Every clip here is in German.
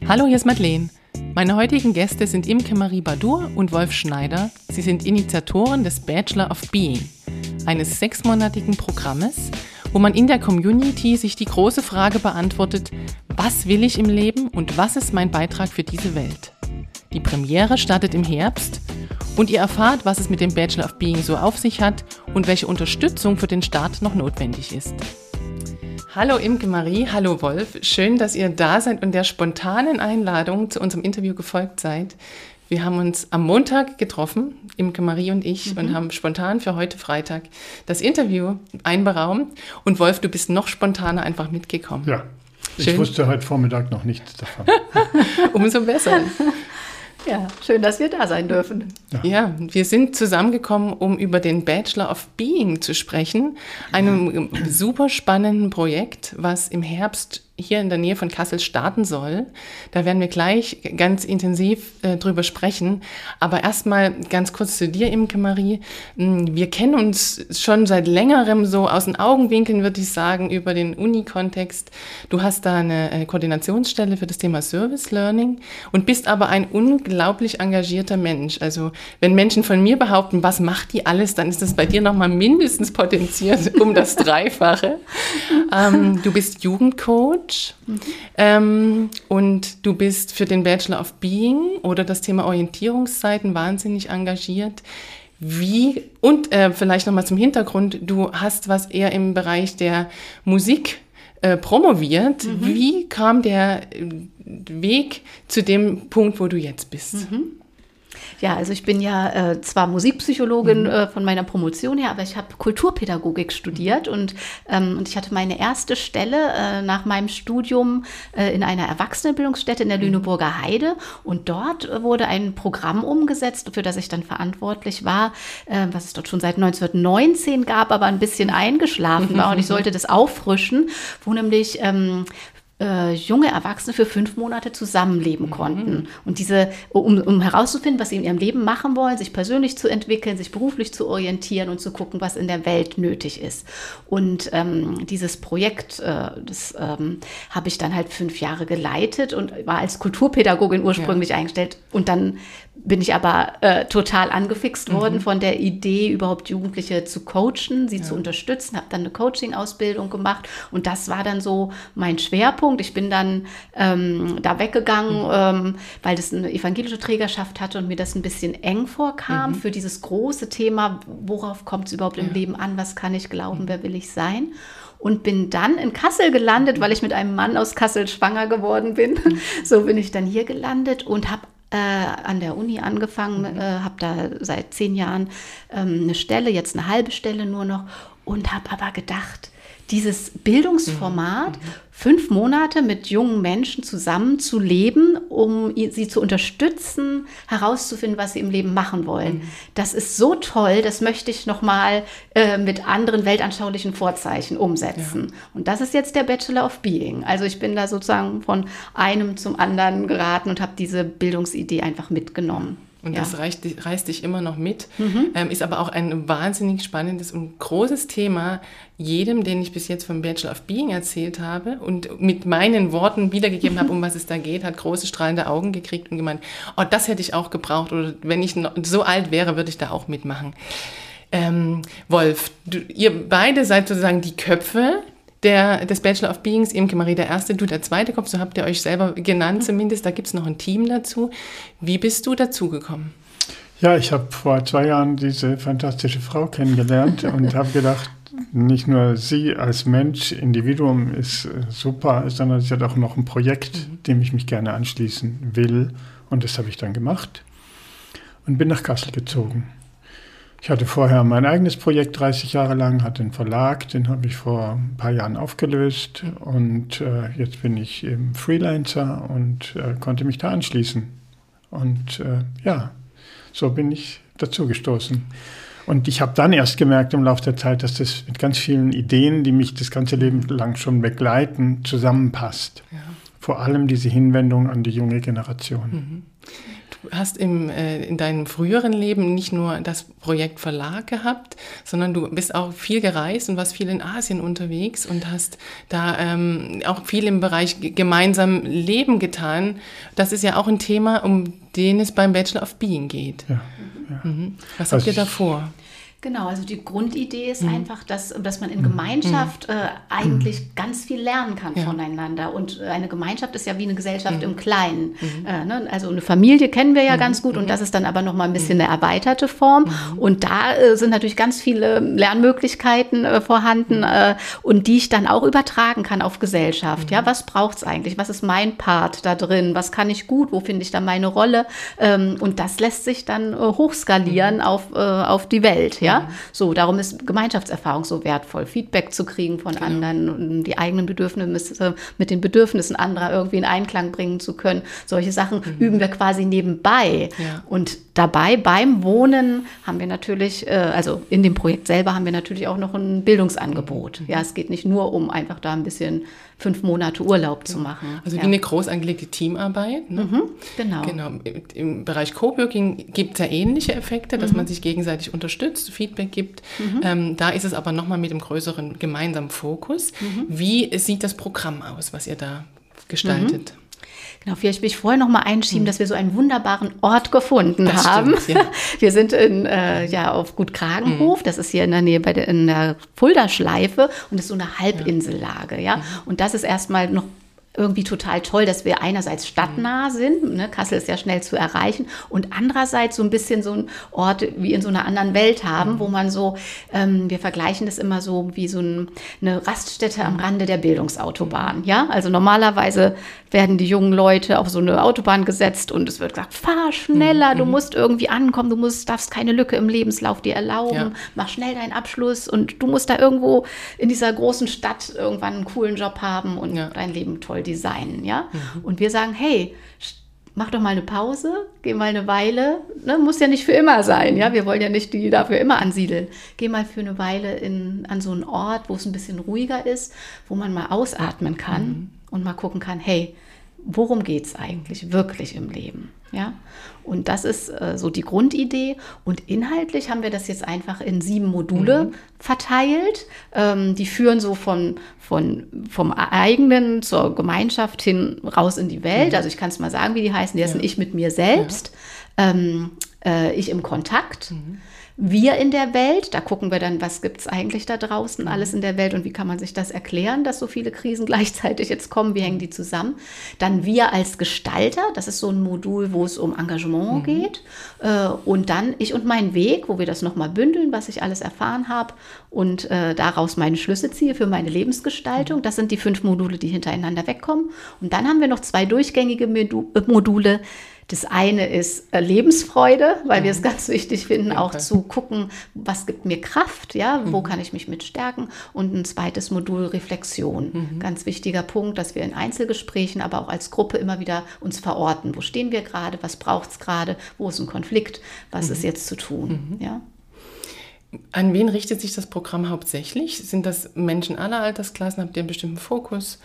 Hallo, hier ist Madeleine. Meine heutigen Gäste sind Imke Marie Badur und Wolf Schneider. Sie sind Initiatoren des Bachelor of Being, eines 6-monatigen Programmes, wo man in der Community sich die große Frage beantwortet: Was will ich im Leben und was ist mein Beitrag für diese Welt? Die Premiere startet im Herbst und ihr erfahrt, was es mit dem Bachelor of Being so auf sich hat und welche Unterstützung für den Start noch notwendig ist. Hallo Imke Marie, hallo Wolf. Schön, dass ihr da seid und der spontanen Einladung zu unserem Interview gefolgt seid. Wir haben uns am Montag getroffen, Imke Marie und ich, und haben spontan für heute Freitag das Interview einberaumt. Und Wolf, du bist noch spontaner einfach mitgekommen. Ja, ich wusste heute Vormittag noch nichts davon. Umso besser. Ja, schön, dass wir da sein dürfen. Ja, wir sind zusammengekommen, um über den Bachelor of Being zu sprechen, einem super spannenden Projekt, was im Herbst hier in der Nähe von Kassel starten soll. Da werden wir gleich ganz intensiv drüber sprechen. Aber erstmal ganz kurz zu dir, Imke Marie. Wir kennen uns schon seit längerem so aus den Augenwinkeln, würde ich sagen, über den Uni-Kontext. Du hast da eine Koordinationsstelle für das Thema Service Learning und bist aber ein unglaublich engagierter Mensch. Also wenn Menschen von mir behaupten, was macht die alles, dann ist das bei dir nochmal mindestens potenziert um das Dreifache. Du bist Jugendcoach. Und du bist für den Bachelor of Being oder das Thema Orientierungszeiten wahnsinnig engagiert. Vielleicht nochmal zum Hintergrund, du hast was eher im Bereich der Musik promoviert. Wie kam der Weg zu dem Punkt, wo du jetzt bist? Ja, also ich bin ja zwar Musikpsychologin von meiner Promotion her, aber ich habe Kulturpädagogik studiert und ich hatte meine erste Stelle nach meinem Studium in einer Erwachsenenbildungsstätte in der Lüneburger Heide und dort wurde ein Programm umgesetzt, für das ich dann verantwortlich war, was es dort schon seit 1919 gab, aber ein bisschen eingeschlafen war und ich sollte das auffrischen, wo nämlich junge Erwachsene für 5 Monate zusammenleben konnten. Und um herauszufinden, was sie in ihrem Leben machen wollen, sich persönlich zu entwickeln, sich beruflich zu orientieren und zu gucken, was in der Welt nötig ist. Und dieses Projekt, das habe ich dann halt 5 Jahre geleitet und war als Kulturpädagogin ursprünglich eingestellt. Und dann bin ich aber total angefixt worden von der Idee, überhaupt Jugendliche zu coachen, sie zu unterstützen, habe dann eine Coaching-Ausbildung gemacht und das war dann so mein Schwerpunkt. Ich bin dann da weggegangen, weil das eine evangelische Trägerschaft hatte und mir das ein bisschen eng vorkam für dieses große Thema, worauf kommt es überhaupt im Leben an, was kann ich glauben, wer will ich sein? Und bin dann in Kassel gelandet, weil ich mit einem Mann aus Kassel schwanger geworden bin. So bin ich dann hier gelandet und habe an der Uni angefangen, habe da seit 10 Jahren eine Stelle, jetzt eine halbe Stelle nur noch und habe aber gedacht, dieses Bildungsformat, 5 Monate mit jungen Menschen zusammen zu leben, um sie zu unterstützen, herauszufinden, was sie im Leben machen wollen. Das ist so toll, das möchte ich nochmal mit anderen weltanschaulichen Vorzeichen umsetzen. Ja. Und das ist jetzt der Bachelor of Being. Also ich bin da sozusagen von einem zum anderen geraten und habe diese Bildungsidee einfach mitgenommen. Und das reißt dich immer noch mit, ist aber auch ein wahnsinnig spannendes und großes Thema. Jedem, den ich bis jetzt vom Bachelor of Being erzählt habe und mit meinen Worten wiedergegeben habe, um was es da geht, hat große strahlende Augen gekriegt und gemeint, oh, das hätte ich auch gebraucht oder wenn ich so alt wäre, würde ich da auch mitmachen. Wolf, ihr beide seid sozusagen die Köpfe des Bachelor of Beings, Imke Marie der Erste, du der zweite Kopf, so habt ihr euch selber genannt zumindest, da gibt es noch ein Team dazu. Wie bist du dazugekommen? Ja, ich habe vor 2 Jahren diese fantastische Frau kennengelernt und habe gedacht, nicht nur sie als Mensch, Individuum ist super, sondern sie hat auch noch ein Projekt, dem ich mich gerne anschließen will und das habe ich dann gemacht und bin nach Kassel gezogen. Ich hatte vorher mein eigenes Projekt 30 Jahre lang, hatte einen Verlag, den habe ich vor ein paar Jahren aufgelöst und jetzt bin ich eben Freelancer und konnte mich da anschließen. Und so bin ich dazu gestoßen. Und ich habe dann erst gemerkt im Laufe der Zeit, dass das mit ganz vielen Ideen, die mich das ganze Leben lang schon begleiten, zusammenpasst. Ja. Vor allem diese Hinwendung an die junge Generation. hast in deinem früheren Leben nicht nur das Projekt Verlag gehabt, sondern du bist auch viel gereist und warst viel in Asien unterwegs und hast da auch viel im Bereich gemeinsam Leben getan. Das ist ja auch ein Thema, um den es beim Bachelor of Being geht. Ja. Mhm. Was habt ihr da vor? Genau, also die Grundidee ist einfach, dass man in Gemeinschaft eigentlich ganz viel lernen kann voneinander. Und eine Gemeinschaft ist ja wie eine Gesellschaft im Kleinen. Ne? Also eine Familie kennen wir ja ganz gut und das ist dann aber nochmal ein bisschen eine erweiterte Form. Und da sind natürlich ganz viele Lernmöglichkeiten vorhanden und die ich dann auch übertragen kann auf Gesellschaft. Ja, was braucht es eigentlich? Was ist mein Part da drin? Was kann ich gut? Wo finde ich da meine Rolle? Und das lässt sich dann hochskalieren auf die Welt. Ja? So, darum ist Gemeinschaftserfahrung so wertvoll, Feedback zu kriegen von anderen, die eigenen Bedürfnisse mit den Bedürfnissen anderer irgendwie in Einklang bringen zu können. Solche Sachen üben wir quasi nebenbei. Ja. Und dabei beim Wohnen haben wir natürlich, also in dem Projekt selber haben wir natürlich auch noch ein Bildungsangebot. Ja, es geht nicht nur um einfach da ein bisschen 5 Monate Urlaub zu machen. Also wie eine groß angelegte Teamarbeit. Ne? Genau. Im Bereich Coworking gibt es ja ähnliche Effekte, dass man sich gegenseitig unterstützt, Feedback gibt. Da ist es aber nochmal mit dem größeren gemeinsamen Fokus. Wie sieht das Programm aus, was ihr da gestaltet? Genau, vielleicht will ich vorher noch mal einschieben, dass wir so einen wunderbaren Ort gefunden haben. Stimmt, ja. Wir sind auf Gut Kragenhof, das ist hier in der Nähe in der Fulda-Schleife und ist so eine Halbinsellage. Ja? Und das ist erstmal noch irgendwie total toll, dass wir einerseits stadtnah sind, ne? Kassel ist ja schnell zu erreichen, und andererseits so ein bisschen so ein Ort wie in so einer anderen Welt haben, wo man so, wir vergleichen das immer so wie so eine Raststätte am Rande der Bildungsautobahn. Ja? Also normalerweise werden die jungen Leute auf so eine Autobahn gesetzt und es wird gesagt, fahr schneller, du musst irgendwie ankommen, darfst keine Lücke im Lebenslauf dir erlauben, mach schnell deinen Abschluss und du musst da irgendwo in dieser großen Stadt irgendwann einen coolen Job haben und dein Leben toll designen, ja. Und wir sagen, hey, mach doch mal eine Pause, geh mal eine Weile, ne, muss ja nicht für immer sein, ja, wir wollen ja nicht die dafür immer ansiedeln. Geh mal für eine Weile an so einen Ort, wo es ein bisschen ruhiger ist, wo man mal ausatmen kann und mal gucken kann, hey, worum geht es eigentlich wirklich im Leben? Ja? Und das ist so die Grundidee. Und inhaltlich haben wir das jetzt einfach in 7 Module verteilt. Die führen so vom eigenen zur Gemeinschaft hin raus in die Welt. Also ich kann es mal sagen, wie die heißen. Die heißen Ich mit mir selbst, Ich im Kontakt. Wir in der Welt, da gucken wir dann, was gibt es eigentlich da draußen alles in der Welt und wie kann man sich das erklären, dass so viele Krisen gleichzeitig jetzt kommen, wie hängen die zusammen. Dann wir als Gestalter, das ist so ein Modul, wo es um Engagement geht. Und dann Ich und mein Weg, wo wir das nochmal bündeln, was ich alles erfahren habe und daraus meine Schlüsse ziehe für meine Lebensgestaltung. Das sind die 5 Module, die hintereinander wegkommen. Und dann haben wir noch 2 durchgängige Module. Das eine ist Lebensfreude, weil wir es ganz wichtig finden, auch zu gucken, was gibt mir Kraft, ja, wo kann ich mich mit stärken. Und ein zweites Modul Reflexion. Ganz wichtiger Punkt, dass wir in Einzelgesprächen, aber auch als Gruppe immer wieder uns verorten. Wo stehen wir gerade, was braucht es gerade, wo ist ein Konflikt, was ist jetzt zu tun, ja. An wen richtet sich das Programm hauptsächlich? Sind das Menschen aller Altersklassen? Habt ihr einen bestimmten Fokus?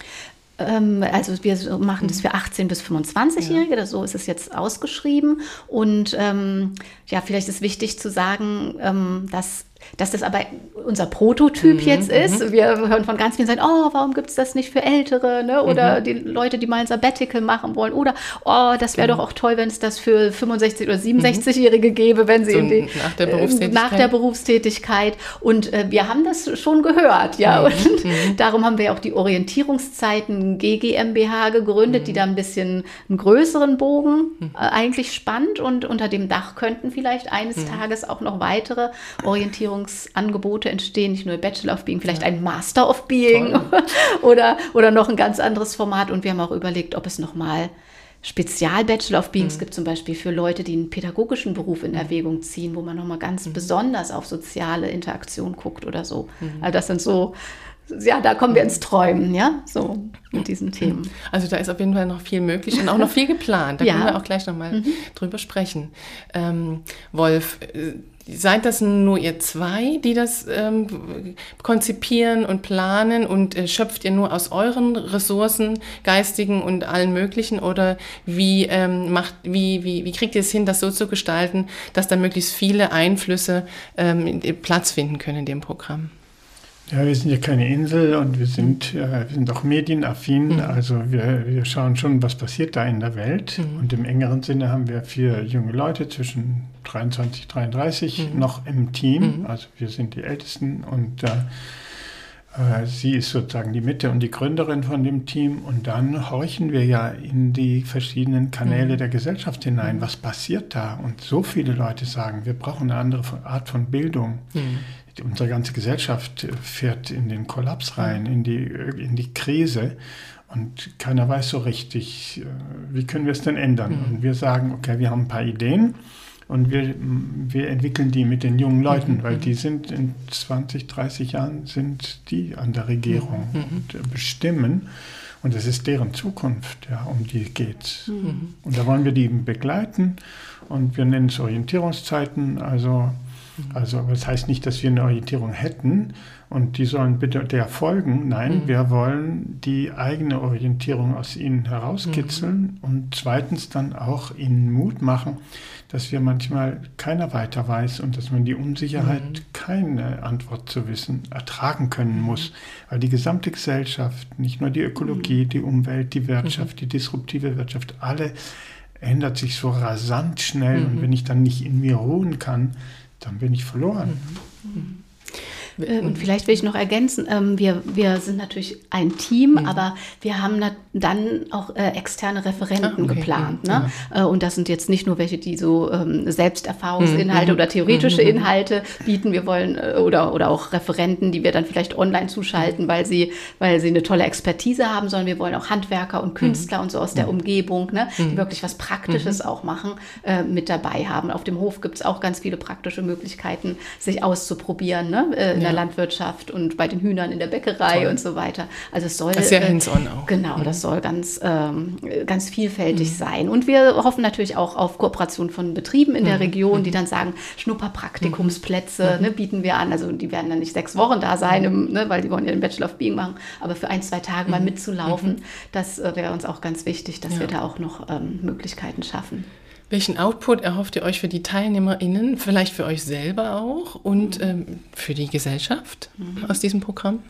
Also wir machen das für 18- bis 25-Jährige, so ist es jetzt ausgeschrieben. Und vielleicht ist wichtig zu sagen, dass das aber unser Prototyp jetzt ist. Wir hören von ganz vielen Seiten, warum gibt es das nicht für Ältere? Ne? Oder die Leute, die mal ein Sabbatical machen wollen. Oder, das wäre doch auch toll, wenn es das für 65- oder 67-Jährige gäbe, wenn sie so nach der Berufstätigkeit. Und wir haben das schon gehört. Ja? Und darum haben wir auch die Orientierungszeiten GmbH gegründet, die da ein bisschen einen größeren Bogen eigentlich spannt. Und unter dem Dach könnten vielleicht eines Tages auch noch weitere Orientierungsangebote entstehen, nicht nur Bachelor of Being, vielleicht ein Master of Being oder noch ein ganz anderes Format. Und wir haben auch überlegt, ob es nochmal Spezial-Bachelor of Beings gibt, zum Beispiel für Leute, die einen pädagogischen Beruf in Erwägung ziehen, wo man nochmal ganz besonders auf soziale Interaktion guckt oder so. Also das sind so, da kommen wir ins Träumen, ja, so mit diesen Themen. Also da ist auf jeden Fall noch viel möglich und auch noch viel geplant. Da können wir auch gleich nochmal drüber sprechen. Wolf, seid das nur ihr zwei, die das konzipieren und planen und schöpft ihr nur aus euren Ressourcen, geistigen und allen möglichen, oder wie kriegt ihr es hin, das so zu gestalten, dass da möglichst viele Einflüsse Platz finden können in dem Programm? Ja, wir sind ja keine Insel und wir sind auch medienaffin, also wir schauen schon, was passiert da in der Welt. Und im engeren Sinne haben wir 4 junge Leute zwischen 23 und 33 noch im Team, also wir sind die Ältesten und sie ist sozusagen die Mitte und die Gründerin von dem Team, und dann horchen wir ja in die verschiedenen Kanäle der Gesellschaft hinein, was passiert da, und so viele Leute sagen, wir brauchen eine andere Art von Bildung. Unsere ganze Gesellschaft fährt in den Kollaps rein, in die Krise, und keiner weiß so richtig, wie können wir es denn ändern. Und wir sagen, okay, wir haben ein paar Ideen und wir entwickeln die mit den jungen Leuten, weil die sind in 20, 30 Jahren sind die an der Regierung und bestimmen. Und es ist deren Zukunft, ja, um die geht's. Und da wollen wir die begleiten, und wir nennen es Orientierungszeiten, also das heißt nicht, dass wir eine Orientierung hätten und die sollen bitte der folgen. Nein, wir wollen die eigene Orientierung aus ihnen herauskitzeln und zweitens dann auch ihnen Mut machen, dass wir manchmal keiner weiter weiß und dass man die Unsicherheit, keine Antwort zu wissen, ertragen können muss. Weil die gesamte Gesellschaft, nicht nur die Ökologie, die Umwelt, die Wirtschaft, die disruptive Wirtschaft, alle ändert sich so rasant schnell. Und wenn ich dann nicht in mir ruhen kann, dann bin ich verloren. Und vielleicht will ich noch ergänzen, wir sind natürlich ein Team, aber wir haben dann auch externe Referenten geplant. Ne? Und das sind jetzt nicht nur welche, die so Selbsterfahrungsinhalte oder theoretische Inhalte bieten. Wir wollen oder auch Referenten, die wir dann vielleicht online zuschalten, weil sie eine tolle Expertise haben, sondern wir wollen auch Handwerker und Künstler und so aus der Umgebung, ne, die wirklich was Praktisches auch machen, mit dabei haben. Auf dem Hof gibt es auch ganz viele praktische Möglichkeiten, sich auszuprobieren, ne? In der Landwirtschaft und bei den Hühnern in der Bäckerei und so weiter. Also es soll... Das ist ja hands-on auch. Genau, das soll ganz vielfältig sein. Und wir hoffen natürlich auch auf Kooperation von Betrieben in der Region, die dann sagen, Schnupperpraktikumsplätze bieten wir an. Also die werden dann nicht 6 Wochen da sein, weil die wollen ja den Bachelor of Being machen, aber für 1-2 Tage mal mitzulaufen, das wäre uns auch ganz wichtig, dass wir da auch noch Möglichkeiten schaffen. Welchen Output erhofft ihr euch für die TeilnehmerInnen, vielleicht für euch selber auch und für die Gesellschaft aus diesem Programm?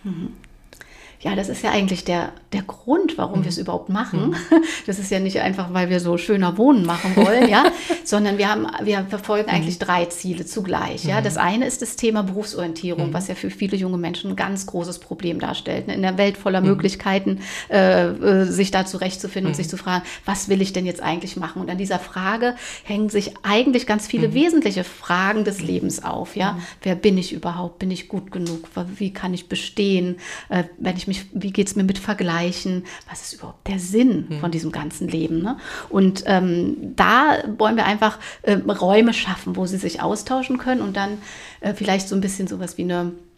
Ja, das ist ja eigentlich der Grund, warum wir es überhaupt machen. Das ist ja nicht einfach, weil wir so schöner Wohnen machen wollen, ja, sondern wir verfolgen eigentlich 3 Ziele zugleich. Ja, das eine ist das Thema Berufsorientierung, was ja für viele junge Menschen ein ganz großes Problem darstellt. In der Welt voller Möglichkeiten, sich da zurechtzufinden und sich zu fragen, was will ich denn jetzt eigentlich machen? Und an dieser Frage hängen sich eigentlich ganz viele wesentliche Fragen des Lebens auf. Ja, wer bin ich überhaupt? Bin ich gut genug? Wie kann ich bestehen? Wie geht es mir mit Vergleichen? Was ist überhaupt der Sinn von diesem ganzen Leben? Ne? Und da wollen wir einfach Räume schaffen, wo sie sich austauschen können und dann vielleicht so ein bisschen sowas wie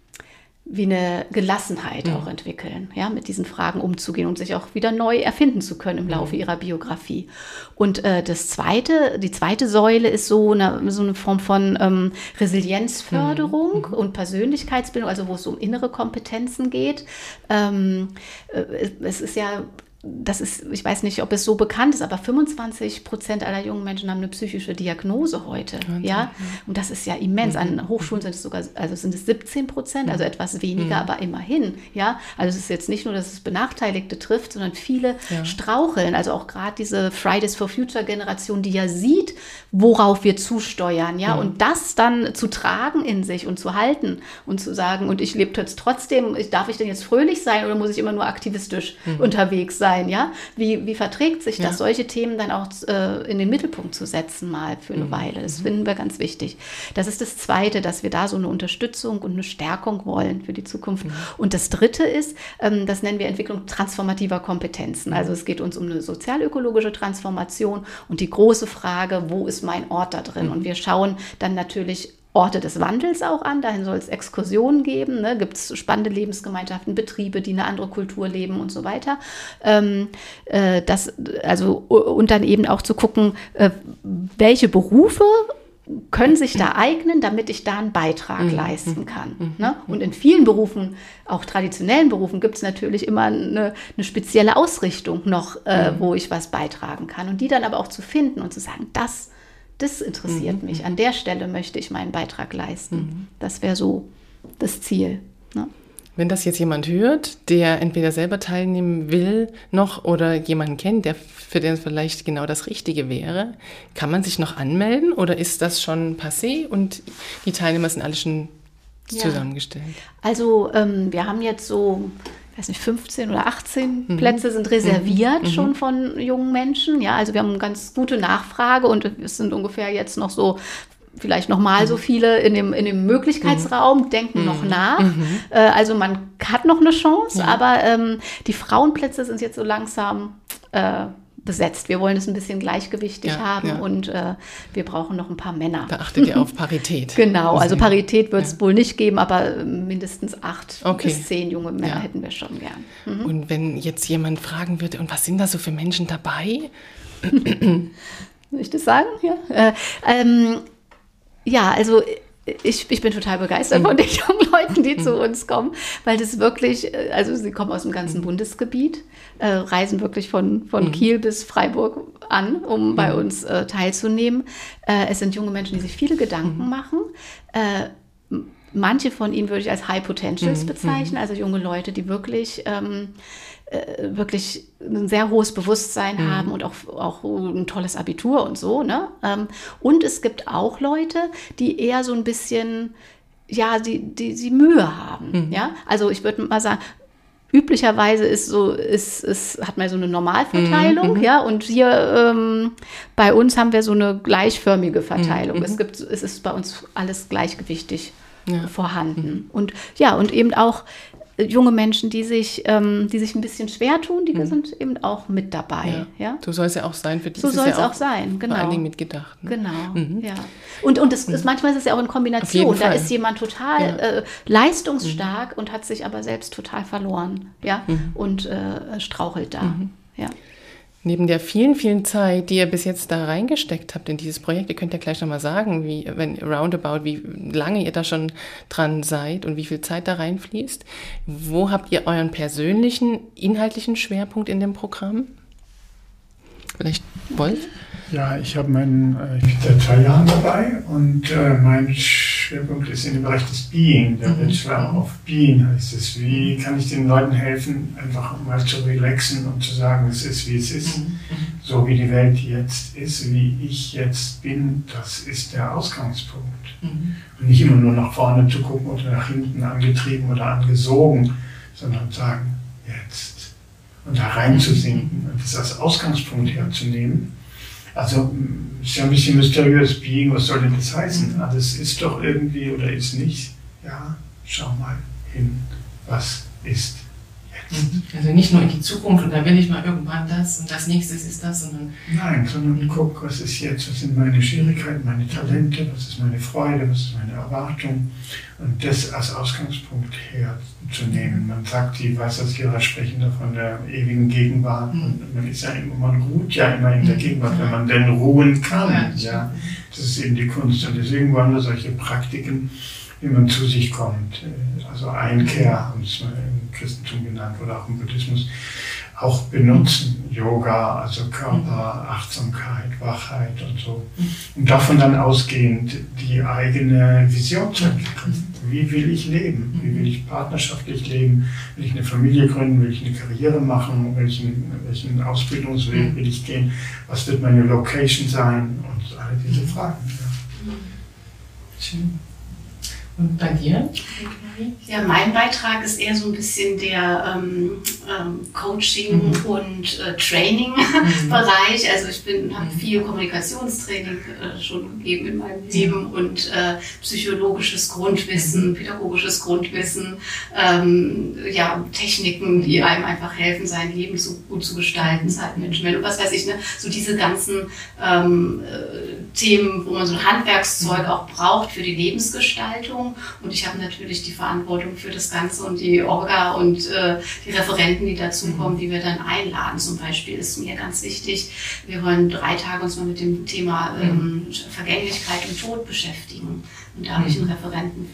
eine Gelassenheit auch entwickeln, ja, mit diesen Fragen umzugehen und sich auch wieder neu erfinden zu können im Laufe ihrer Biografie. Und die zweite Säule ist so eine Form von Resilienzförderung und Persönlichkeitsbildung, also wo es um innere Kompetenzen geht. Es ist ja... ich weiß nicht, ob es so bekannt ist, aber 25% aller jungen Menschen haben eine psychische Diagnose heute. Ja? Und das ist ja immens. An Hochschulen sind es 17%, also etwas weniger, aber immerhin. Ja? Also es ist jetzt nicht nur, dass es Benachteiligte trifft, sondern viele straucheln. Also auch gerade diese Fridays for Future Generation, die ja sieht, worauf wir zusteuern. Ja? Und das dann zu tragen in sich und zu halten und zu sagen, und ich lebe jetzt trotzdem, darf ich denn jetzt fröhlich sein oder muss ich immer nur aktivistisch unterwegs sein? Ja? Wie verträgt sich das, solche Themen dann auch in den Mittelpunkt zu setzen mal für eine Weile? Das finden wir ganz wichtig. Das ist das Zweite, dass wir da so eine Unterstützung und eine Stärkung wollen für die Zukunft. Und das Dritte ist, das nennen wir Entwicklung transformativer Kompetenzen. Also es geht uns um eine sozialökologische Transformation und die große Frage, wo ist mein Ort da drin? Und wir schauen dann natürlich Orte des Wandels auch an, dahin soll es Exkursionen geben, ne? Gibt es spannende Lebensgemeinschaften, Betriebe, die eine andere Kultur leben und so weiter. Und dann eben auch zu gucken, welche Berufe können sich da eignen, damit ich da einen Beitrag leisten kann. Ne? Und in vielen Berufen, auch traditionellen Berufen, gibt es natürlich immer eine spezielle Ausrichtung noch, wo ich was beitragen kann. Und die dann aber auch zu finden und zu sagen, das interessiert mich, an der Stelle möchte ich meinen Beitrag leisten. Das wäre so das Ziel. Ne? Wenn das jetzt jemand hört, der entweder selber teilnehmen will noch oder jemanden kennt, für den es vielleicht genau das Richtige wäre, kann man sich noch anmelden oder ist das schon passé und die Teilnehmer sind alle schon zusammengestellt? Also wir haben jetzt so, ich weiß nicht, 15 oder 18 Plätze sind reserviert schon von jungen Menschen. Ja, also wir haben eine ganz gute Nachfrage und es sind ungefähr jetzt noch so vielleicht noch mal so viele in dem Möglichkeitsraum, denken noch nach. Also man hat noch eine Chance, aber die Frauenplätze sind jetzt so langsam besetzt. Wir wollen es ein bisschen gleichgewichtig haben und wir brauchen noch ein paar Männer. Da achtet ihr auf Parität. Genau, also Parität wird es wohl nicht geben, aber mindestens 8 bis 10 junge Männer hätten wir schon gern. Und wenn jetzt jemand fragen würde, und was sind da so für Menschen dabei? Soll ich das sagen? Ja, also ich bin total begeistert von den jungen Leuten, die zu uns kommen, weil das wirklich, also sie kommen aus dem ganzen Bundesgebiet, reisen wirklich von Kiel bis Freiburg an, um bei uns teilzunehmen. Es sind junge Menschen, die sich viele Gedanken machen. Manche von ihnen würde ich als High Potentials bezeichnen, also junge Leute, die wirklich ein sehr hohes Bewusstsein haben und auch ein tolles Abitur und so. Ne? Und es gibt auch Leute, die eher so ein bisschen, die Mühe haben. Ja? Also ich würde mal sagen, üblicherweise hat man so eine Normalverteilung, und hier bei uns haben wir so eine gleichförmige Verteilung. Es ist bei uns alles gleichgewichtig vorhanden. Und eben auch junge Menschen, die sich ein bisschen schwer tun, die sind eben auch mit dabei. Ja. So soll es ja auch sein. Für die so soll es auch sein, genau. Vor allen Dingen mitgedacht. Ne? Genau, ja. Und manchmal ist es ja auch in Kombination. Da ist jemand total leistungsstark und hat sich aber selbst total verloren, und strauchelt da. Ja. Neben der vielen, vielen Zeit, die ihr bis jetzt da reingesteckt habt in dieses Projekt, ihr könnt ja gleich nochmal sagen, wie lange ihr da schon dran seid und wie viel Zeit da reinfließt. Wo habt ihr euren persönlichen, inhaltlichen Schwerpunkt in dem Programm? Vielleicht Wolf? Ja, ich bin seit 2 Jahren dabei und mein Schwerpunkt ist in dem Bereich des Being, der Bachelor of Being heißt es. Wie kann ich den Leuten helfen, einfach mal zu relaxen und zu sagen, es ist, wie es ist, so wie die Welt jetzt ist, wie ich jetzt bin, das ist der Ausgangspunkt. Und nicht immer nur nach vorne zu gucken oder nach hinten angetrieben oder angesogen, sondern sagen, jetzt. Und da reinzusinken und das als Ausgangspunkt herzunehmen. Also, es ist ja ein bisschen mysteriös, Being, was soll denn das heißen? Alles ist doch irgendwie oder ist nicht. Ja, schau mal hin, was ist jetzt. Also nicht nur in die Zukunft und da will ich mal irgendwann das und das nächste ist das. Nein, sondern guck, was ist jetzt, was sind meine Schwierigkeiten, meine Talente, was ist meine Freude, was ist meine Erwartung. Und das als Ausgangspunkt herzunehmen. Man sagt, die Weisheitslehrer sprechen da von der ewigen Gegenwart. Und man ruht ja immer in der Gegenwart, wenn man denn ruhen kann. Ja, das ist eben die Kunst. Und deswegen wollen wir solche Praktiken, wie man zu sich kommt, also Einkehr, haben es im Christentum genannt oder auch im Buddhismus, auch benutzen. Yoga, also Körper, Achtsamkeit, Wachheit und so. Und davon dann ausgehend die eigene Vision zu entwickeln. Wie will ich leben? Wie will ich partnerschaftlich leben? Will ich eine Familie gründen? Will ich eine Karriere machen? Welchen Ausbildungsweg will ich gehen? Was wird meine Location sein? Und all diese Fragen. Ja. Schön. Und bei dir? Ja, mein Beitrag ist eher so ein bisschen der Coaching- und Training-Bereich. Also ich habe viel Kommunikationstraining schon gegeben in meinem Leben und psychologisches Grundwissen, pädagogisches Grundwissen, Techniken, die einem einfach helfen, sein Leben so gut zu gestalten, Zeitmanagement und was weiß ich, ne? So diese ganzen Themen, wo man so ein Handwerkszeug auch braucht für die Lebensgestaltung. Führung und ich habe natürlich die Verantwortung für das Ganze und die Orga und die Referenten, die dazukommen, die wir dann einladen. Zum Beispiel ist mir ganz wichtig, wir wollen 3 Tage uns mal mit dem Thema Vergänglichkeit und Tod beschäftigen. Und da habe ich einen Referenten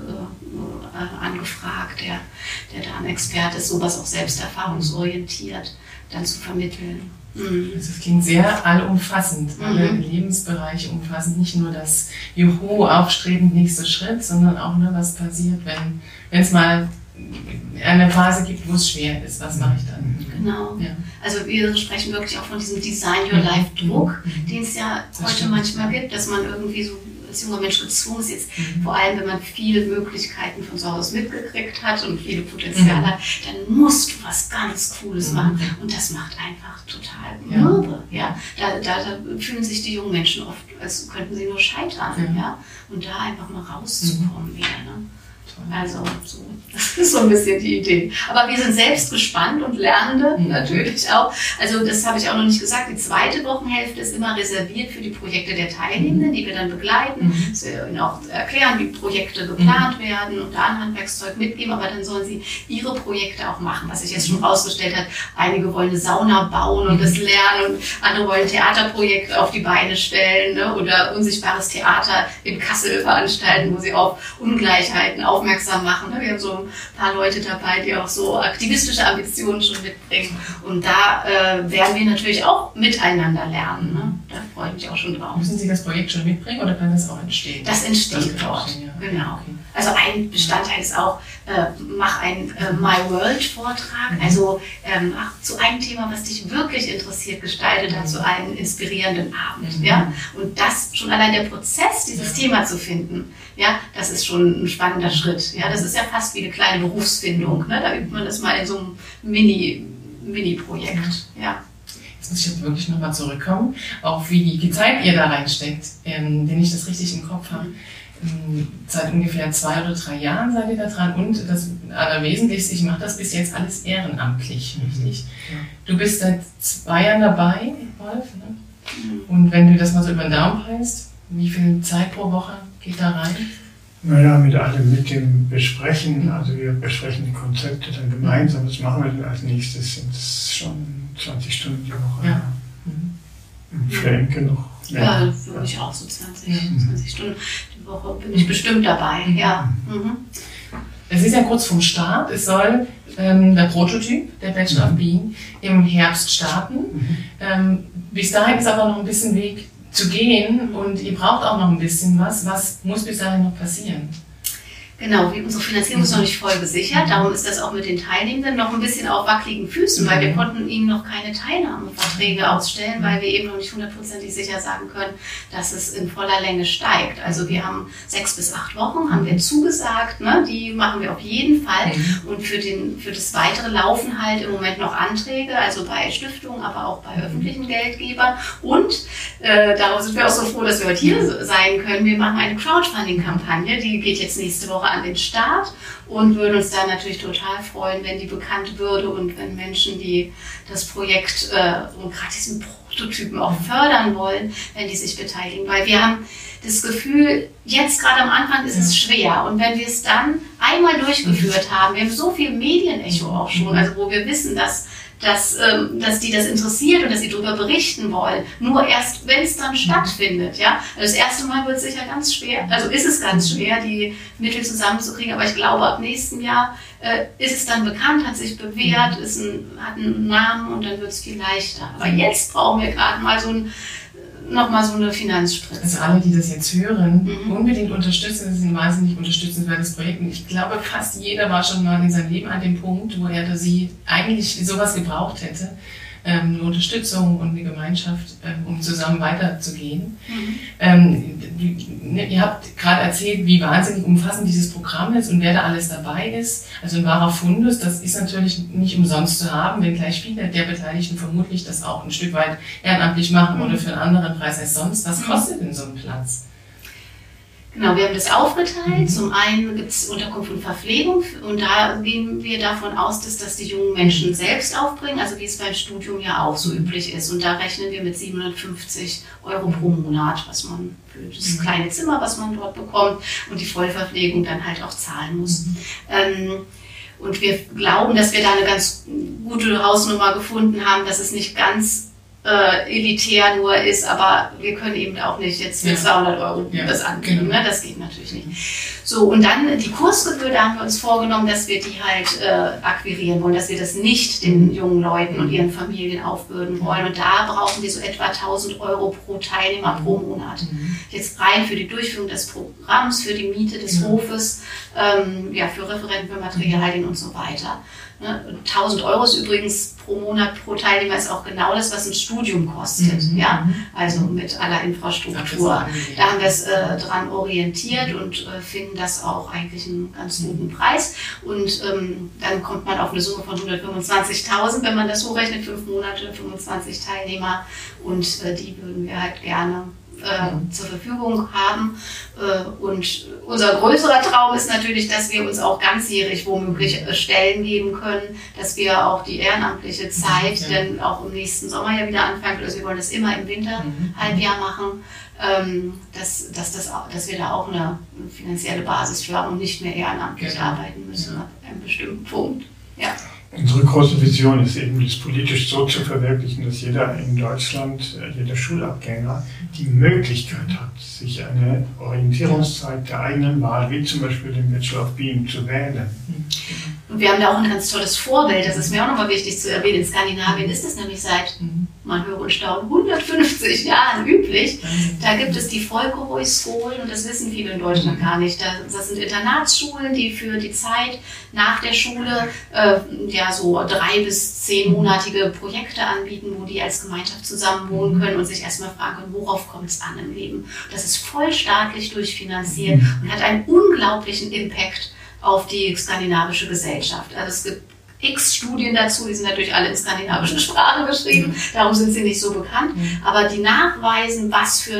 für angefragt, der da ein Experte ist, sowas auch selbst erfahrungsorientiert dann zu vermitteln. Das klingt sehr allumfassend, alle Lebensbereiche umfassend, nicht nur das Juhu, aufstrebend nächster Schritt, sondern auch nur, was passiert, wenn es mal eine Phase gibt, wo es schwer ist. Was mache ich dann? Genau. Ja. Also wir sprechen wirklich auch von diesem Design Your Life Druck, den es ja heute manchmal gibt, dass man irgendwie so als junger Mensch gezwungen ist, jetzt vor allem, wenn man viele Möglichkeiten von zu Hause mitgekriegt hat und viele Potenziale hat, dann musst du was ganz Cooles machen. Und das macht einfach total mürbe. Ja. Da fühlen sich die jungen Menschen oft, als könnten sie nur scheitern. Ja. Und da einfach mal rauszukommen wieder. Ne? Also, so, das ist so ein bisschen die Idee. Aber wir sind selbst gespannt und Lernende natürlich auch. Also, das habe ich auch noch nicht gesagt. Die zweite Wochenhälfte ist immer reserviert für die Projekte der Teilnehmenden, die wir dann begleiten. Dass wir ihnen auch erklären, wie Projekte geplant werden und da ein Handwerkszeug mitgeben. Aber dann sollen sie ihre Projekte auch machen. Was sich jetzt schon rausgestellt hat, einige wollen eine Sauna bauen und das lernen und andere wollen ein Theaterprojekt auf die Beine stellen, ne? Oder unsichtbares Theater in Kassel veranstalten, wo sie auf Ungleichheiten aufmerksam machen. Wir haben so ein paar Leute dabei, die auch so aktivistische Ambitionen schon mitbringen. Und da werden wir natürlich auch miteinander lernen. Ne? Da freue ich mich auch schon drauf. Müssen Sie das Projekt schon mitbringen oder kann das auch entstehen? Das entsteht dort, genau. Okay. Also ein Bestandteil ist auch, mach einen My World-Vortrag, also zu einem Thema, was dich wirklich interessiert, gestalte dazu einen inspirierenden Abend. Ja? Und das schon allein der Prozess, dieses Thema zu finden, ja, das ist schon ein spannender Schritt. Ja? Das ist ja fast wie eine kleine Berufsfindung. Ne? Da übt man das mal in so einem Mini-Projekt. Ja. Jetzt muss ich jetzt wirklich nochmal zurückkommen, auf wie viel Zeit ihr da reinsteckt, wenn ich das richtig im Kopf habe. Seit ungefähr 2 oder 3 Jahren seid ihr da dran und das Allerwesentlichste, ich mache das bis jetzt alles ehrenamtlich, richtig? Ja. Du bist seit 2 Jahren dabei, Wolf, ne? Und wenn du das mal so über den Daumen peilst, wie viel Zeit pro Woche geht da rein? Naja, mit dem Besprechen, also wir besprechen die Konzepte dann gemeinsam, was machen wir denn als nächstes, sind es schon 20 Stunden die Woche. Ja. Frenke noch. Ja, würde ich auch so 20 Stunden die Woche bin ich bestimmt dabei. Ja. Es ist ja kurz vorm Start. Es soll der Prototyp, der Bachelor of Being, im Herbst starten. Bis dahin ist aber noch ein bisschen Weg zu gehen und ihr braucht auch noch ein bisschen was. Was muss bis dahin noch passieren? Genau, unsere Finanzierung ist noch nicht voll gesichert, darum ist das auch mit den Teilnehmenden noch ein bisschen auf wackeligen Füßen, weil wir konnten ihnen noch keine Teilnahmeverträge ausstellen, weil wir eben noch nicht 100% sicher sagen können, dass es in voller Länge steigt. Also wir haben 6 bis 8 Wochen, haben wir zugesagt, ne? Die machen wir auf jeden Fall und für das weitere laufen halt im Moment noch Anträge, also bei Stiftungen, aber auch bei öffentlichen Geldgebern und darauf sind wir auch so froh, dass wir heute hier sein können. Wir machen eine Crowdfunding-Kampagne, die geht jetzt nächste Woche an den Start und würden uns da natürlich total freuen, wenn die bekannt würde und wenn Menschen, die das Projekt und gerade diesen Prototypen auch fördern wollen, wenn die sich beteiligen. Weil wir haben das Gefühl, jetzt gerade am Anfang ist es schwer und wenn wir es dann einmal durchgeführt haben, wir haben so viel Medienecho auch schon, also wo wir wissen, dass die das interessiert und dass sie darüber berichten wollen. Nur erst, wenn es dann stattfindet. Ja? Also das erste Mal wird es sicher ganz schwer, also ist es ganz schwer, die Mittel zusammenzukriegen, aber ich glaube, ab nächstem Jahr ist es dann bekannt, hat sich bewährt, hat einen Namen und dann wird es viel leichter. Aber jetzt brauchen wir gerade mal nochmal so eine Finanzspritze. Also alle, die das jetzt hören, unbedingt unterstützen. Das ist ein wahnsinnig unterstützenswertes Projekt. Und ich glaube, fast jeder war schon mal in seinem Leben an dem Punkt, wo er oder sie eigentlich sowas gebraucht hätte. Eine Unterstützung und eine Gemeinschaft, um zusammen weiterzugehen. Ihr habt gerade erzählt, wie wahnsinnig umfassend dieses Programm ist und wer da alles dabei ist. Also ein wahrer Fundus, das ist natürlich nicht umsonst zu haben, wenngleich viele der Beteiligten vermutlich das auch ein Stück weit ehrenamtlich machen oder für einen anderen Preis als sonst. Was kostet denn so ein Platz? Genau, wir haben das aufgeteilt. Zum einen gibt es Unterkunft und Verpflegung und da gehen wir davon aus, dass das die jungen Menschen selbst aufbringen, also wie es beim Studium ja auch so üblich ist. Und da rechnen wir mit 750 € pro Monat, was man für das kleine Zimmer, was man dort bekommt und die Vollverpflegung dann halt auch zahlen muss. Und wir glauben, dass wir da eine ganz gute Hausnummer gefunden haben, dass es nicht ganz elitär nur ist, aber wir können eben auch nicht jetzt für 200 € das anbieten, ne? Das geht natürlich nicht. So, und dann die Kursgebühr, da haben wir uns vorgenommen, dass wir die halt akquirieren wollen, dass wir das nicht den jungen Leuten und ihren Familien aufbürden wollen. Und da brauchen wir so etwa 1.000 € pro Teilnehmer pro Monat. Jetzt rein für die Durchführung des Programms, für die Miete des Hofes, für Referenten, für Materialien und so weiter. 1.000 € ist übrigens pro Monat pro Teilnehmer ist auch genau das, was ein Studium kostet, ja, also mit aller Infrastruktur. Da haben wir es dran orientiert und finden das auch eigentlich einen ganz guten Preis. Und dann kommt man auf eine Summe von 125.000, wenn man das hochrechnet, 5 Monate, 25 Teilnehmer und die würden wir halt gerne zur Verfügung haben. Und unser größerer Traum ist natürlich, dass wir uns auch ganzjährig womöglich Stellen geben können, dass wir auch die ehrenamtliche Zeit dann auch im nächsten Sommer ja wieder anfangen. Also wir wollen das immer im Winterhalbjahr machen, dass wir da auch eine finanzielle Basis für haben und nicht mehr ehrenamtlich arbeiten müssen ab einem bestimmten Punkt. Ja. Unsere große Vision ist eben, das politisch so zu verwirklichen, dass jeder in Deutschland, jeder Schulabgänger, die Möglichkeit hat, sich eine Orientierungszeit der eigenen Wahl, wie zum Beispiel den Bachelor of Being, zu wählen. Und wir haben da auch ein ganz tolles Vorbild, das ist mir auch nochmal wichtig zu erwähnen. In Skandinavien ist es nämlich seit, man höre und staune, 150 Jahren üblich. Da gibt es die Folkerøy School und das wissen viele in Deutschland gar nicht. Das sind Internatsschulen, die für die Zeit nach der Schule so 3- bis 10-monatige Projekte anbieten, wo die als Gemeinschaft zusammen wohnen können und sich erstmal fragen können, worauf kommt es an im Leben. Das ist voll staatlich durchfinanziert und hat einen unglaublichen Impact auf die skandinavische Gesellschaft. Also es gibt x Studien dazu, die sind natürlich alle in skandinavischen Sprachen geschrieben, darum sind sie nicht so bekannt, aber die nachweisen, was für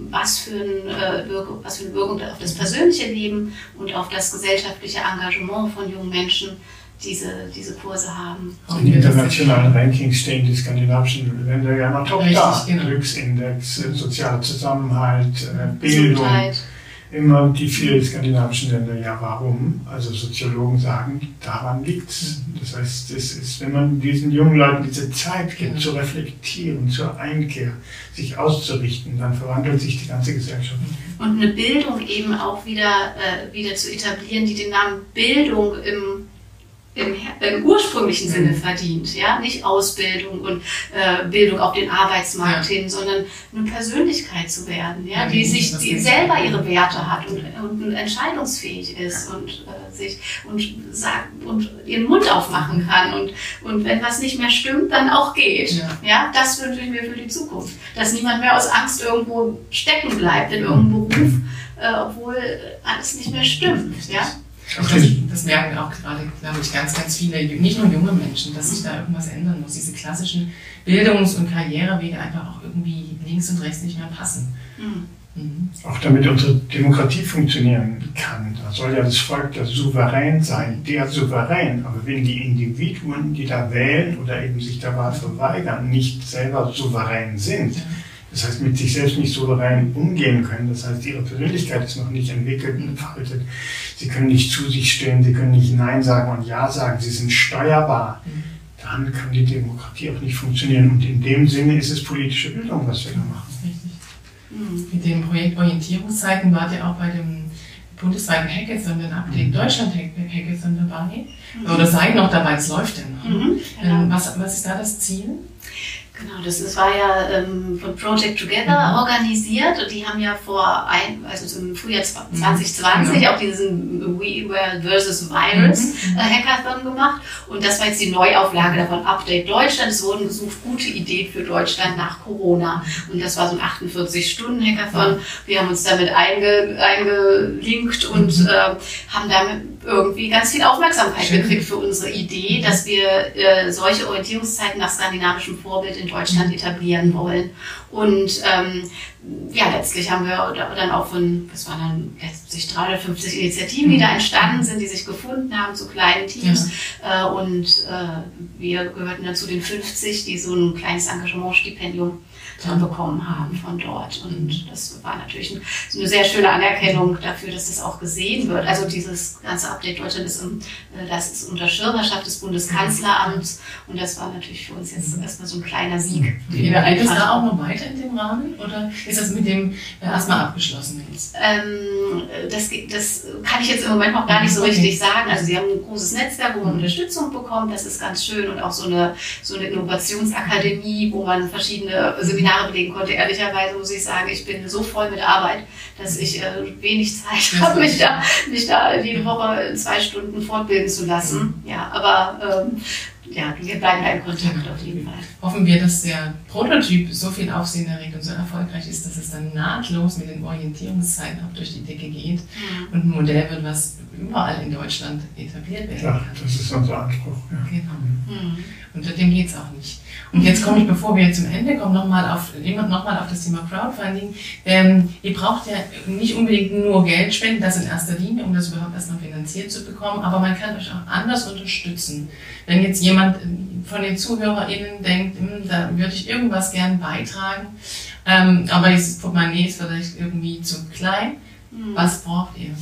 eine Wirkung auf das persönliche Leben und auf das gesellschaftliche Engagement von jungen Menschen diese Kurse haben. In internationalen Rankings stehen die skandinavischen Länder ja immer top da. Glücksindex, sozialer Zusammenhalt, Bildung. Gesundheit. Immer die 4 skandinavischen Länder, ja warum? Also Soziologen sagen, daran liegt es. Das heißt, es ist, wenn man diesen jungen Leuten diese Zeit gibt, zu reflektieren, zur Einkehr, sich auszurichten, dann verwandelt sich die ganze Gesellschaft. Und eine Bildung eben auch wieder zu etablieren, die den Namen Bildung im ursprünglichen Sinne verdient, ja, nicht Ausbildung und Bildung auf den Arbeitsmarkt hin, sondern eine Persönlichkeit zu werden, ja, die selber ihre Werte hat und entscheidungsfähig ist und ihren Mund aufmachen kann und wenn was nicht mehr stimmt, dann auch geht. Ja, das wünsche ich mir für die Zukunft, dass niemand mehr aus Angst irgendwo stecken bleibt in irgendeinem Beruf, obwohl alles nicht mehr stimmt, ja. Das merken auch gerade, glaube ich, ganz, ganz viele, nicht nur junge Menschen, dass sich da irgendwas ändern muss. Diese klassischen Bildungs- und Karrierewege einfach auch irgendwie links und rechts nicht mehr passen. Auch damit unsere Demokratie funktionieren kann. Da soll ja das Volk das souverän sein, der Souverän. Aber wenn die Individuen, die da wählen oder eben sich der Wahl verweigern, nicht selber souverän sind, das heißt, mit sich selbst nicht souverän umgehen können. Das heißt, ihre Persönlichkeit ist noch nicht entwickelt und entfaltet. Sie können nicht zu sich stehen, sie können nicht Nein sagen und Ja sagen. Sie sind steuerbar. Dann kann die Demokratie auch nicht funktionieren. Und in dem Sinne ist es politische Bildung, was wir da machen. Richtig. Mit dem Projekt Orientierungszeiten wart ihr auch bei dem bundesweiten Hackathon, den Update Deutschland Hackathon dabei. Oder seid noch dabei, es läuft ja noch. Was ist da das Ziel? Genau, das war ja von Project Together organisiert und die haben ja im Frühjahr 2020 auch diesen We Were versus Virus Hackathon gemacht und das war jetzt die Neuauflage davon, Update Deutschland. Es wurden gesucht, gute Ideen für Deutschland nach Corona und das war so ein 48-Stunden-Hackathon. Wir haben uns damit eingelinkt und haben damit irgendwie ganz viel Aufmerksamkeit gekriegt für unsere Idee, dass wir solche Orientierungszeiten nach skandinavischem Vorbild in Deutschland etablieren wollen. Und ja, letztlich haben wir dann auch von, das waren dann letztlich 350 Initiativen, die da entstanden sind, die sich gefunden haben zu kleinen Teams. Ja. Und wir gehörten dann zu den 50, die so ein kleines Engagementstipendium dann bekommen haben von dort. Und das war natürlich eine sehr schöne Anerkennung dafür, dass das auch gesehen wird. Also dieses ganze Update Deutschland das ist unter Schirmherrschaft des Bundeskanzleramts und das war natürlich für uns jetzt erstmal so ein kleiner Sieg. Geht das da auch noch weiter in dem Rahmen oder ist das mit dem erstmal abgeschlossen jetzt? Das kann ich jetzt im Moment noch gar nicht so richtig sagen. Also sie haben ein großes Netzwerk, wo man Unterstützung bekommt, das ist ganz schön und auch so eine Innovationsakademie, wo man verschiedene Seminare belegen konnte. Ehrlicherweise muss ich sagen, ich bin so voll mit Arbeit, dass ich wenig Zeit habe, mich da jede Woche 2 Stunden fortbilden zu lassen. Ja, aber ja, wir bleiben da in Kontakt auf jeden Fall. Hoffen wir, dass der Prototyp so viel Aufsehen erregt und so erfolgreich ist, dass es dann nahtlos mit den Orientierungszeiten auch durch die Decke geht und ein Modell wird, was überall in Deutschland etabliert werden kann. Ja, das ist unser Anspruch. Ja. Genau. Unter dem geht es auch nicht. Und jetzt komme ich, bevor wir zum Ende kommen, nochmal auf das Thema Crowdfunding. Ihr braucht ja nicht unbedingt nur Geld spenden, das in erster Linie, um das überhaupt erstmal finanziert zu bekommen, aber man kann euch auch anders unterstützen. Wenn jetzt jemand von den ZuhörerInnen denkt, da würde ich irgendwas gern beitragen, aber dieses Portemonnaie ist vielleicht irgendwie zu klein, was braucht ihr?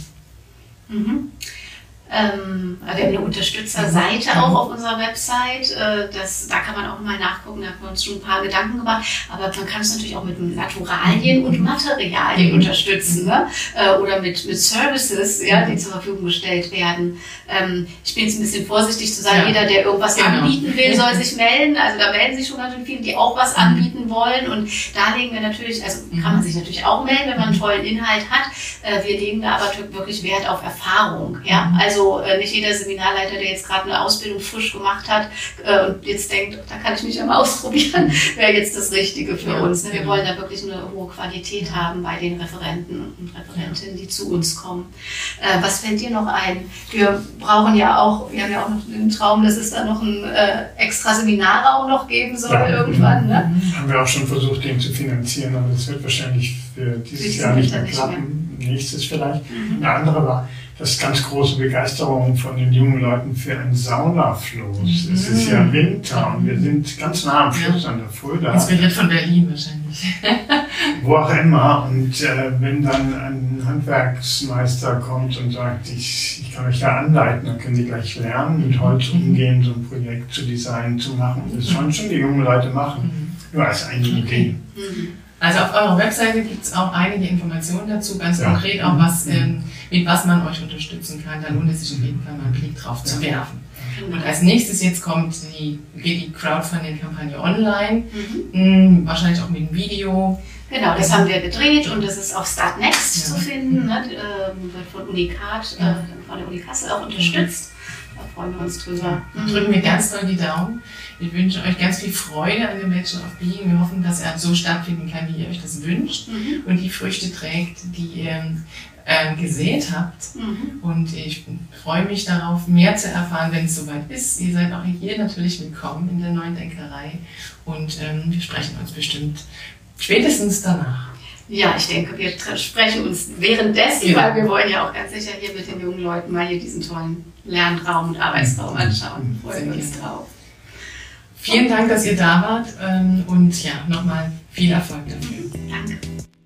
Wir haben eine Unterstützerseite auch auf unserer Website. Da kann man auch mal nachgucken, da haben wir uns schon ein paar Gedanken gemacht. Aber man kann es natürlich auch mit Naturalien und Materialien unterstützen, ne? Oder mit Services, ja, die zur Verfügung gestellt werden. Ich bin jetzt ein bisschen vorsichtig zu sagen, jeder, der irgendwas anbieten will, soll sich melden. Also da melden sich schon ganz viele, die auch was anbieten wollen. Und da legen wir natürlich, also kann man sich natürlich auch melden, wenn man einen tollen Inhalt hat. Wir legen da aber wirklich Wert auf Erfahrung. Ja? Also nicht jeder Seminarleiter, der jetzt gerade eine Ausbildung frisch gemacht hat und jetzt denkt, da kann ich mich ja mal ausprobieren, wäre jetzt das Richtige für uns. Ne? Wir wollen da wirklich eine hohe Qualität haben bei den Referenten und Referentinnen, die zu uns kommen. Was fällt dir noch ein? Wir haben ja auch noch den Traum, dass es da noch einen extra Seminarraum noch geben soll irgendwann. Ne? Haben wir auch schon versucht, den zu finanzieren, aber das wird wahrscheinlich für dieses Jahr nicht mehr klappen. Nächstes vielleicht. Eine andere war, das ist ganz große Begeisterung von den jungen Leuten für einen Saunafluss. Es ist ja Winter und wir sind ganz nah am Fluss an der Fulda. Inspiriert von Berlin wahrscheinlich. Wo auch immer. Und wenn dann ein Handwerksmeister kommt und sagt, ich kann euch da anleiten, dann können die gleich lernen, mit Holz umgehen, so ein Projekt zu designen, zu machen. Das sollen schon die jungen Leute machen. Nur als eine Idee. Also auf eurer Webseite gibt es auch einige Informationen dazu, ganz konkret auch, mit was man euch unterstützen kann. Da lohnt es sich auf jeden Fall mal einen Blick drauf zu werfen. Und als nächstes jetzt geht die Crowdfunding-Kampagne online, wahrscheinlich auch mit einem Video. Genau, das haben wir gedreht und das ist auf Startnext zu finden, ne? Wird von Unikat, von der Uni Kassel auch unterstützt. Da freuen wir uns drüber. Drücken wir ganz doll die Daumen. Wir wünschen euch ganz viel Freude an dem Bachelor of Being. Wir hoffen, dass er so stattfinden kann, wie ihr euch das wünscht und die Früchte trägt, die ihr gesät habt. Und ich freue mich darauf, mehr zu erfahren, wenn es soweit ist. Ihr seid auch hier natürlich willkommen in der Neuen Denkerei und wir sprechen uns bestimmt spätestens danach. Ja, ich denke, wir sprechen uns währenddessen, weil wir wollen ja auch ganz sicher hier mit den jungen Leuten mal hier diesen tollen Lernraum und Arbeitsraum anschauen. Freuen wir uns drauf. Vielen Dank, dass ihr da wart und ja, nochmal viel Erfolg dafür. Danke.